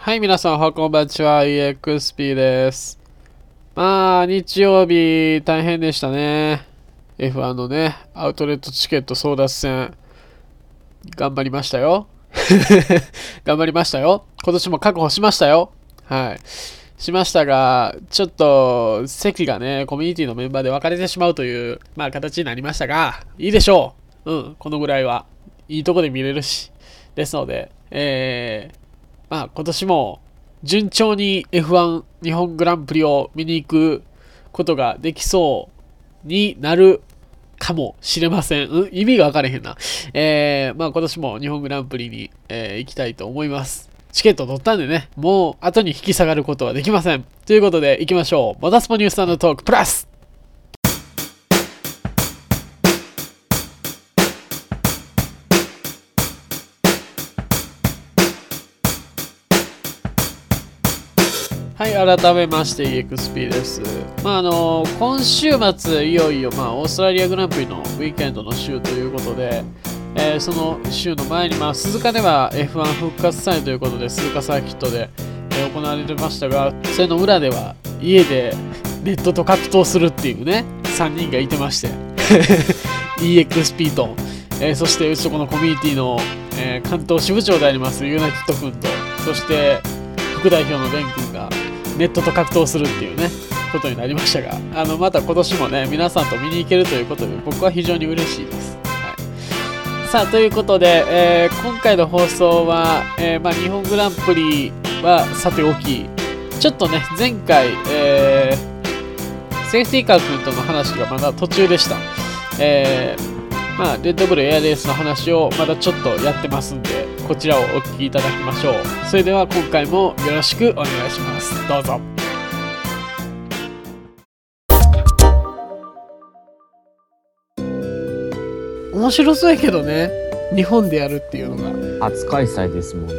はい、皆さん、おはこんばんちは。EXP です。まあ、日曜日、大変でしたね。F1 のね、アウトレットチケット争奪戦、頑張りましたよ。頑張りましたよ。今年も確保しましたよ。はい。しましたが、ちょっと、席がね、コミュニティのメンバーで分かれてしまうという、まあ、形になりましたが、いいでしょう。このぐらいは。いいとこで見れるし。ですので、まあ今年も順調に F1 日本グランプリを見に行くことができそうになるかもしれません。意味が分かれへんな。まあ今年も日本グランプリに、行きたいと思います。チケット取ったんでね、もう後に引き下がることはできません。ということで行きましょう。モダスポニュースタンドトークプラスはい、改めまして EXP です。今週末、いよいよ、オーストラリアグランプリのウィークエンドの週ということで、その週の前に、鈴鹿では F1 復活祭ということで、鈴鹿サーキットで、行われてましたが、それの裏では、家でネットと格闘するっていうね、3人がいてまして、EXP と、そしてうちとこのコミュニティの、関東支部長でありますユナイテッド君と、そして副代表のベン君が、ネットと格闘するっていうねことになりましたが、また今年もね皆さんと見に行けるということで僕は非常に嬉しいです。はい、さあということで、今回の放送は、日本グランプリはさておき、ちょっとね前回、セーフティーカー君との話がまだ途中でした。レッドブルエアレースの話をまだちょっとやってますんで、こちらをお聞きいただきましょう。それでは今回もよろしくお願いします。どうぞ。面白そうやけどね、日本でやるっていうのが初開催ですもんね。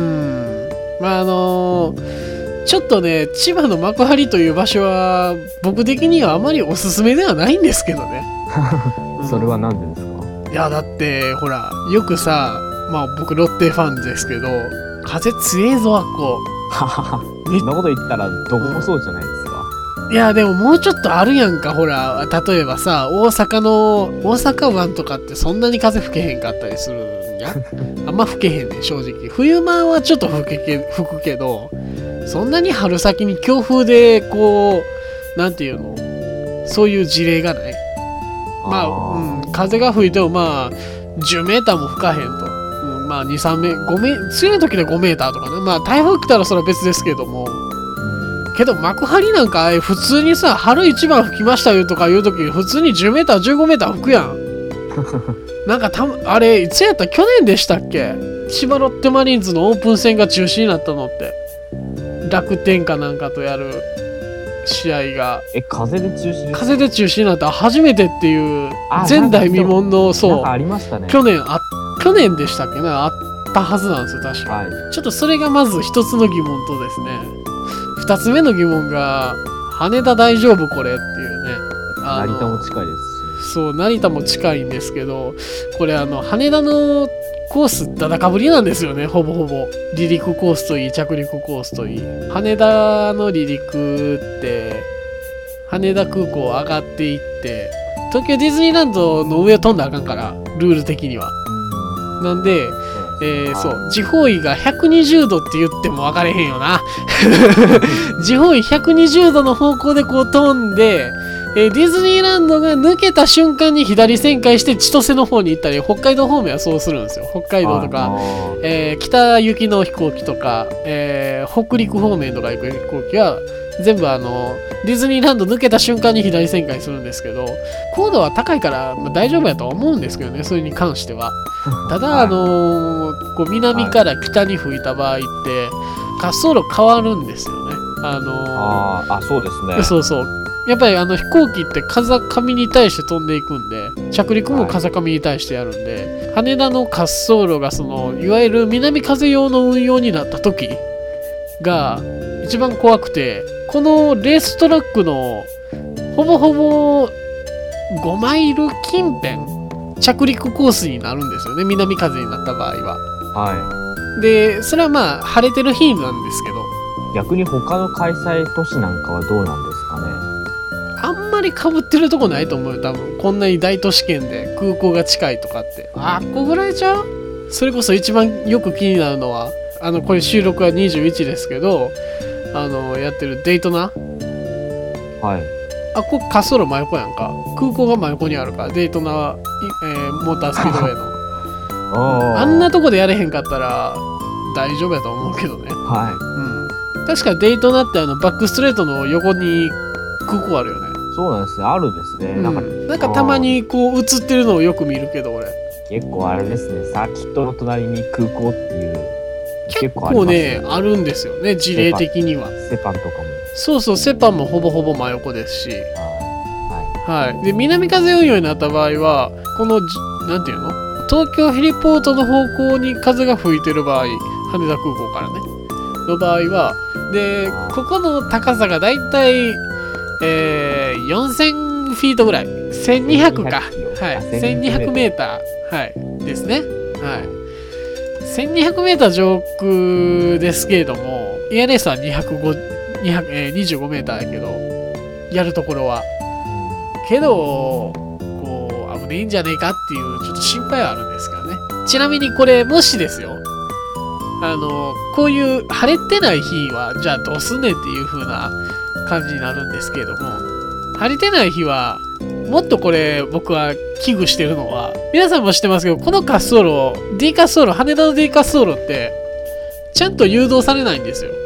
ちょっとね千葉の幕張という場所は僕的にはあまりおすすめではないんですけどね。 それはなんでですか？ いやだってほらよくさ、僕ロッテファンですけど、風強えぞあっこ。 そんなこと言ったらどこもそうじゃないですか。 いやでももうちょっとあるやんか。ほら例えばさ大阪湾とかってそんなに風吹けへんかったりするんや。あんま吹けへんねん正直。冬間はちょっと吹くけど、そんなに春先に強風でこうなんていうの、そういう事例がない。風が吹いても10メーターも吹かへんと。2、3メートル、5メートル、強い時で5メーターとかね。台風来たらそれは別ですけども。けど幕張なんか普通にさ、春一番吹きましたよとかいう時普通に10メーター、15メーター吹くやん。なんかあれ、いつやった？去年でしたっけ？千葉ロッテマリーンズのオープン戦が中止になったのって。楽天かなんかとやる試合が風で中止ですか？ 風で中止になった初めてっていう前代未聞の、そうありましたね。 去年でしたっけな、あったはずなんですよ確か、ちょっとそれがまず一つの疑問とですね、二つ目の疑問が羽田大丈夫これっていうね。 成田も近いですし。 そう、成田も近いんですけど、これ羽田のコースだだかぶりなんですよね。ほぼほぼ離陸コースといい着陸コースといい、羽田の離陸って羽田空港上がっていって東京ディズニーランドの上を飛んだらあかんから、ルール的には。なんで、そう時報位が120度って言っても分かれへんよな。時報位120度の方向でこう飛んで、ディズニーランドが抜けた瞬間に左旋回して千歳の方に行ったり、北海道方面はそうするんですよ。北海道とか、北行きの飛行機とか、北陸方面とか行く飛行機は全部ディズニーランド抜けた瞬間に左旋回するんですけど、高度は高いから大丈夫やとは思うんですけどね、それに関しては。ただこう南から北に吹いた場合って滑走路変わるんですよね。 そうですね。 そうそう、やっぱり飛行機って風上に対して飛んでいくんで、着陸も風上に対してやるんで、羽田の滑走路がいわゆる南風用の運用になった時が一番怖くて、このレーストラックのほぼほぼ5マイル近辺着陸コースになるんですよね、南風になった場合は。 で、それはまあ晴れてる日なんですけど、 逆に他の開催都市なんかはどうなんですかね。 あんまり被ってるとこないと思うよ、多分。こんなに大都市圏で空港が近いとかって。あっこぐらいちゃう？それこそ一番よく気になるのは、これ収録は21ですけど、やってるデイトナ。 はい。 ここ滑走路真横やんか。空港が真横にあるから、デイトナ、モータースピードウェイの。あんなとこでやれへんかったら大丈夫やと思うけどね。 はい。 うん。確かデイトナってバックストレートの横に空港あるよね。 そうなんですね。あるんですね。 なんかたまにこう映ってるのをよく見るけど、俺。 結構あれですね。サーキットの隣に空港っていう。 結構ね、あるんですよね、事例的には。 セパンとかも。 そうそう、セパンもほぼほぼ真横ですし。 はい。 はい。で、南風運用になった場合は、この、なんていうの？東京ヘリポートの方向に風が吹いてる場合、羽田空港からね、の場合は、で、ここの高さがだいたい、4000フィートぐらい。1200か。はい。1200メーター。はい。ですね。はい。1200メーター上空ですけれども、エアレースは25メーターやけど、やるところは。けど、こう、危ねえんじゃねえかっていう、ちょっと心配はあるんですけどね。ちなみにこれ、もしですよ、こういう晴れてない日は、じゃあどうすんねんっていう風な感じになるんですけれども、晴れてない日は、もっとこれ僕は危惧してるのは、皆さんも知ってますけど、この滑走路、D 滑走路、羽田の D 滑走路って、ちゃんと誘導されないんですよ。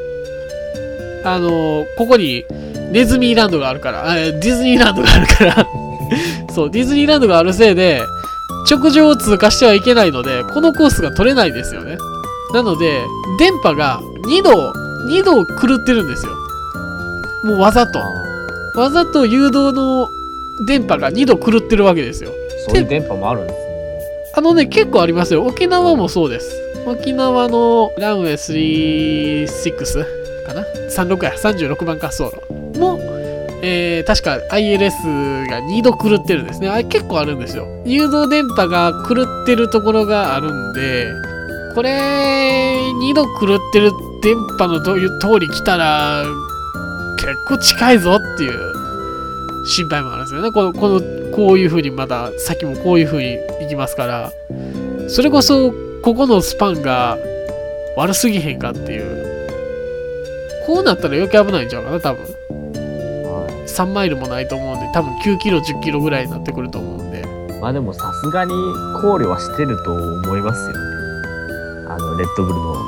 ここにネズミーランドがあるから、ディズニーランドがあるからそう、ディズニーランドがあるせいで、直上を通過してはいけないので、このコースが取れないですよね。なので、電波が2度狂ってるんですよ。もうわざと誘導の電波が2度狂ってるわけですよ。 そういう電波もあるんですね。 結構ありますよ。沖縄もそうです。沖縄のランウェイ36かな ?36 や、36番滑走路も、確か ILS が2度狂ってるんですね。あれ結構あるんですよ。誘導電波が狂ってるところがあるんで、これ、2度狂ってる電波の通り来たら、結構近いぞっていう心配もあるんですよね。こういう風にまた先もこういう風に行きますから、それこそここのスパンが悪すぎへんかっていう。こうなったら余計危ないんちゃうかな、多分。3マイルもないと思うんで、多分9キロ、10キロぐらいになってくると思うんで。 まあでもさすがに考慮はしてると思いますよね。レッドブルの方も。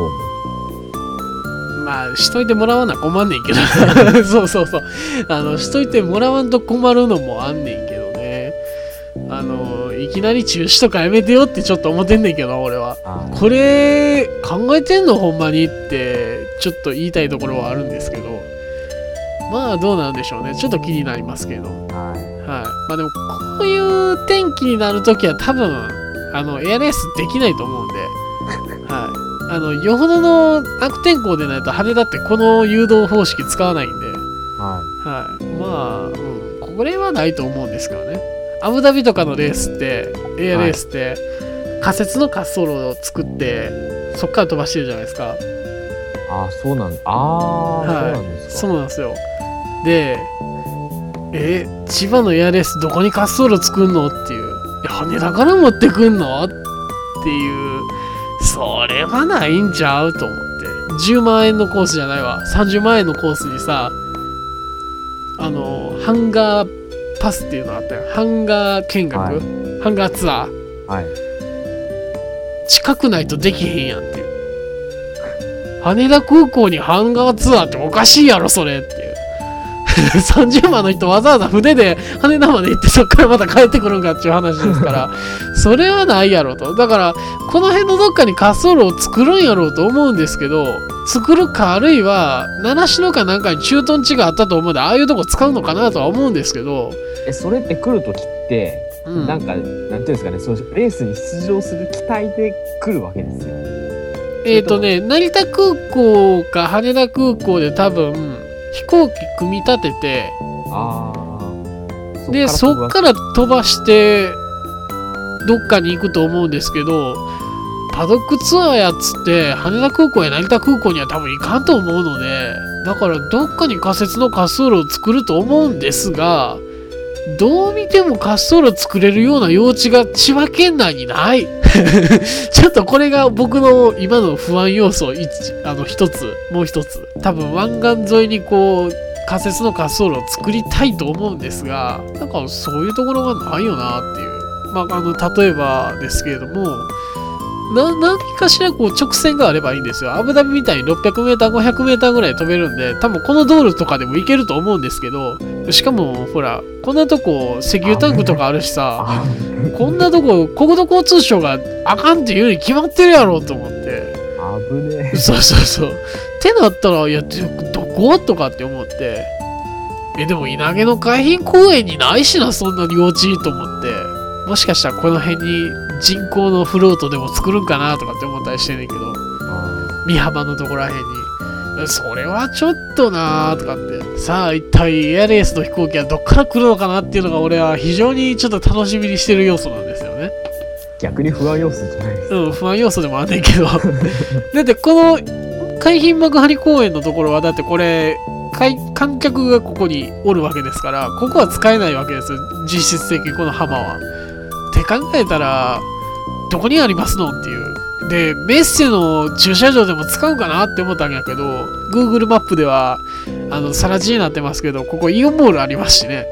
まあ、しといてもらわな困んねんけど。そう。しといてもらわんと困るのもあんねんけどね。いきなり中止とかやめてよってちょっと思ってんねんけど、俺は。これ、考えてんのほんまにって、ちょっと言いたいところはあるんですけど。まあ、どうなんでしょうね。ちょっと気になりますけど。はい。まあでも、こういう天気になるときは多分、エアレースできないと思うんで。はい。よほどの悪天候でないと羽田ってこの誘導方式使わないんで、はい。まあ、これはないと思うんですけどね。アブダビとかのレースって、エアレースって、仮設の滑走路を作って、そっから飛ばしてるじゃないですか。 そうなんですか。 そうなんですよ。で、千葉のエアレースどこに滑走路作んのっていう。羽田から持ってくんのっていう。それはないんちゃうと思って。10万円のコースじゃないわ。30万円のコースにさ、ハンガーパスっていうのがあったよ。ハンガー見学、ハンガーツアー。近くないとできへんやんっていう。羽田空港にハンガーツアーっておかしいやろ、それっていう。30万の人わざわざ船で羽田まで行ってそっからまた帰ってくるんかっていう話ですから、それはないやろと。だから、この辺のどっかに滑走路を作るんやろうと思うんですけど、作るかあるいは、習志野かなんかに駐屯地があったと思うんで、ああいうとこ使うのかなとは思うんですけど。 それって来るときって、なんていうんですかね、そのレースに出場する機体で来るわけですよ。 成田空港か羽田空港で多分、飛行機組み立てて、で、そっから飛ばして、どっかに行くと思うんですけど、 パドックツアーやっつって羽田空港や成田空港には多分行かんと思うので、だからどっかに仮設の滑走路を作ると思うんですが、どう見ても滑走路作れるような用地が千葉県内にないちょっとこれが僕の今の不安要素一つ、もう一つ、多分湾岸沿いにこう仮設の滑走路を作りたいと思うんですが、なんかそういうところがないよなっていう。例えばですけれども、何かしらこう直線があればいいんですよ。アブダビみたいに600メーター、500メーターぐらい飛べるんで、多分この道路とかでも行けると思うんですけど、しかもほら、こんなとこ石油タンクとかあるしさ、こんなとこ国土交通省があかんっていうに決まってるやろと思って。 危ねえ。 そうそうそう。ってなったら、いや、どことかって思って、でも稲毛の海浜公園にないしな、そんな領地と思って。もしかしたらこの辺に人工のフロートでも作るんかなとかって思ったりしてんねんけど、美浜のところら辺に。それはちょっとなーとかって。さあ一体エアレースの飛行機はどっから来るのかなっていうのが俺は非常にちょっと楽しみにしてる要素なんですよね。 逆に不安要素じゃないですか。 不安要素でもあんねんけど。だってこの海浜幕張公園のところはだってこれ、観客がここにおるわけですから、ここは使えないわけですよ。実質的にこの浜は。って考えたら、どこにありますのっていう。で、メッセの駐車場でも使うかなって思ったんやけど、Google マップでは、さら地になってますけど、ここイオンモールありますしね。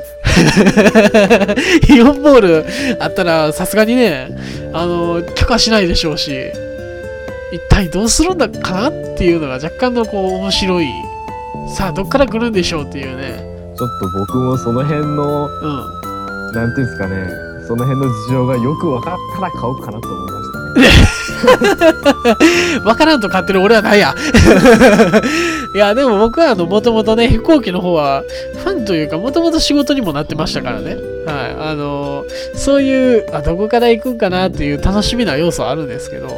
イオンモールあったら、さすがにね、許可しないでしょうし、一体どうするんだかなっていうのが若干のこう、面白い。さあ、どっから来るんでしょうっていうね。 ちょっと僕もその辺の、なんていうんですかね、その辺の事情がよく分かったら買おうかなと思いましたね。 分からんと買ってる俺はないや。いや、でも僕はもともとね、飛行機の方はファンというか、もともと仕事にもなってましたからね。はい。そういう、どこから行くんかなっていう楽しみな要素はあるんですけど。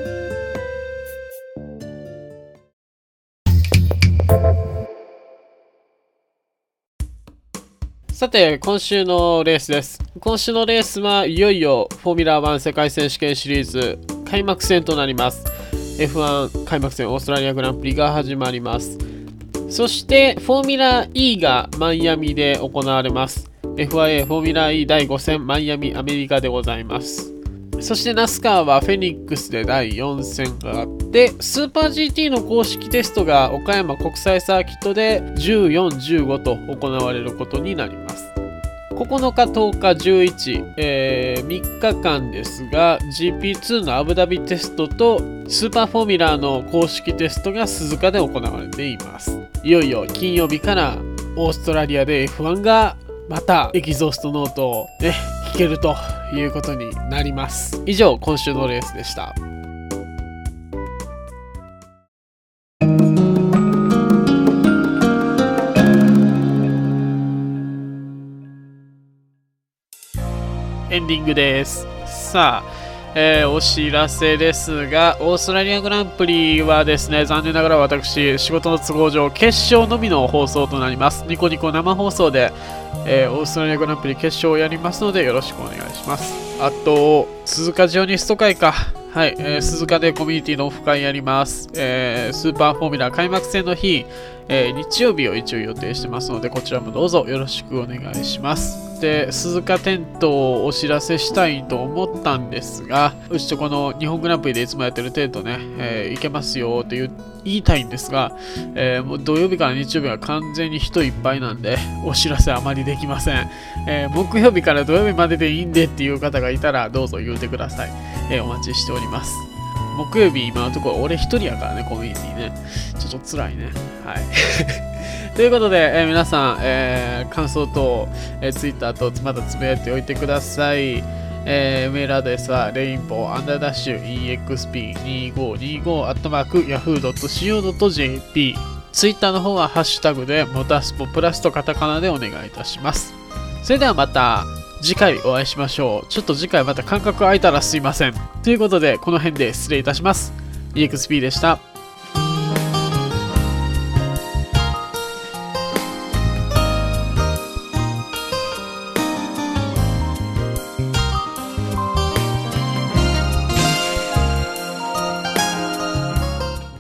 さて、今週のレースです。今週のレースはいよいよフォーミュラー1世界選手権シリーズ開幕戦となります。F1 開幕戦オーストラリアグランプリが始まります。そしてフォーミュラ E がマイアミで行われます。FIA フォーミュラ E 第5戦マイアミアメリカでございます。そしてナスカーはフェニックスで第4戦があって、スーパー GT の公式テストが岡山国際サーキットで14、15と行われることになります。9日、10日、11、3日間ですが GP2 のアブダビテストとスーパーフォーミュラーの公式テストが鈴鹿で行われています。いよいよ金曜日からオーストラリアで F1 がまたエキゾーストノートをね、聞けるということになります。以上、今週のレースでした。エンディングです。さあ、お知らせですが、オーストラリアグランプリはですね、残念ながら私、仕事の都合上、決勝のみの放送となります。ニコニコ生放送で、オーストラリアグランプリ決勝をやりますので、よろしくお願いします。あと、鈴鹿ジオニスト会か。はい、鈴鹿でコミュニティのオフ会やります。スーパーフォーミュラ開幕戦の日、日曜日を一応予定してますので、こちらもどうぞよろしくお願いします。で、鈴鹿テントをお知らせしたいと思ったんですが、うちとこの日本グランプリでいつもやってるテントね、行けますよって言いたいんですが、もう土曜日から日曜日は完全に人いっぱいなんで、お知らせあまりできません。木曜日から土曜日まででいいんでっていう方がいたら、どうぞ言うてください。お待ちしております。木曜日今のところ俺一人やからね、コミュニティね。ちょっと辛いね。はい。ということで、皆さん、感想等、ツイッターとまたつぶやいておいてください。メールアドレスはレインボーアンダーダッシュ exp2525@yahoo.co.jp。ツイッターの方はハッシュタグでモタスポプラスとカタカナでお願いいたします。それではまた次回お会いしましょう。ちょっと次回また間隔空いたらすいません。ということで、この辺で失礼いたします。EXP でした。